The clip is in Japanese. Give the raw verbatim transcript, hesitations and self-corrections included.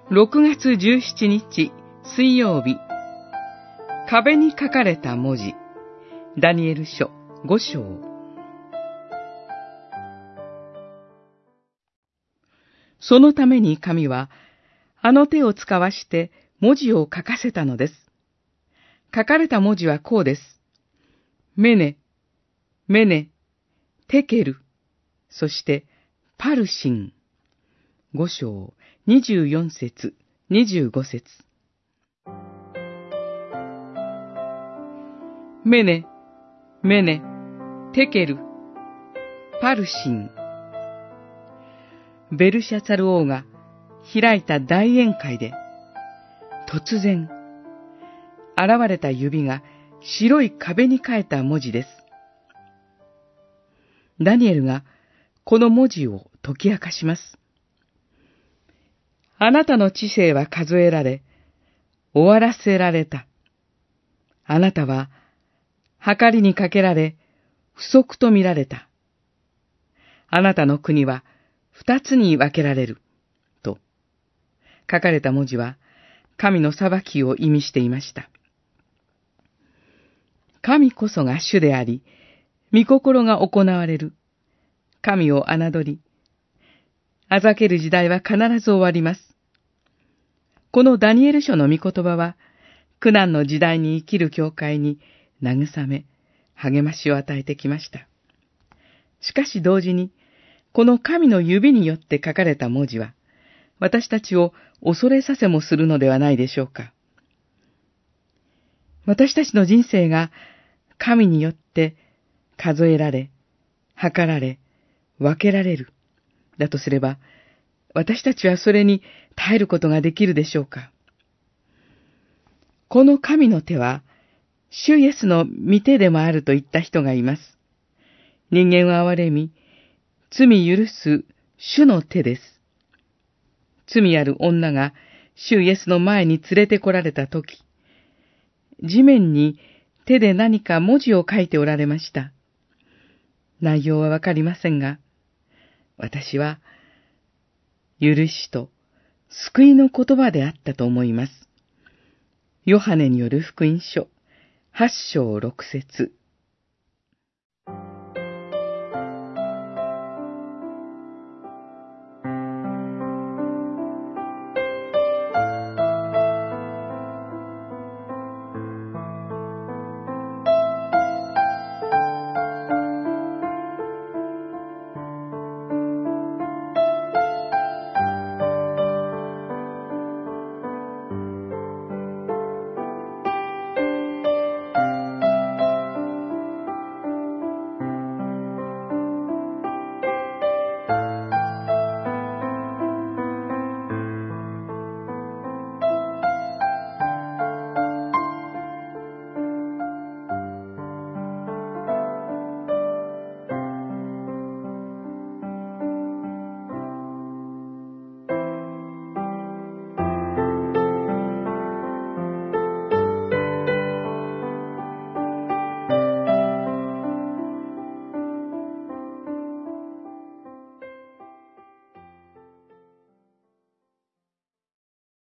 ろくがつじゅうしちにち水曜日、壁に書かれた文字、ダニエル書ご章。そのために神は、あの手を使わして文字を書かせたのです。書かれた文字はこうです。メネ、メネ、テケル、そしてパルシン。ご章、にじゅうよん節、にじゅうご節。メネ、メネ、テケル、パルシン。ベルシャツァル王が開いた大宴会で、突然、現れた指が白い壁に書いた文字です。ダニエルがこの文字を解き明かします。あなたの知性は数えられ、終わらせられた。あなたは、計りにかけられ、不足と見られた。あなたの国は二つに分けられる。と、書かれた文字は、神の裁きを意味していました。神こそが主であり、御心が行われる。神を侮り、あざける時代は必ず終わります。このダニエル書の御言葉は、苦難の時代に生きる教会に慰め、励ましを与えてきました。しかし同時に、この神の指によって書かれた文字は、私たちを恐れさせもするのではないでしょうか。私たちの人生が神によって数えられ、測られ、分けられる。だとすれば、私たちはそれに耐えることができるでしょうか。この神の手は、主イエスの御手でもあると言った人がいます。人間は憐れみ、罪許す主の手です。罪ある女が主イエスの前に連れて来られたとき、地面に手で何か文字を書いておられました。内容はわかりませんが、私は、許しと救いの言葉であったと思います。ヨハネによる福音書、はち章ろく節、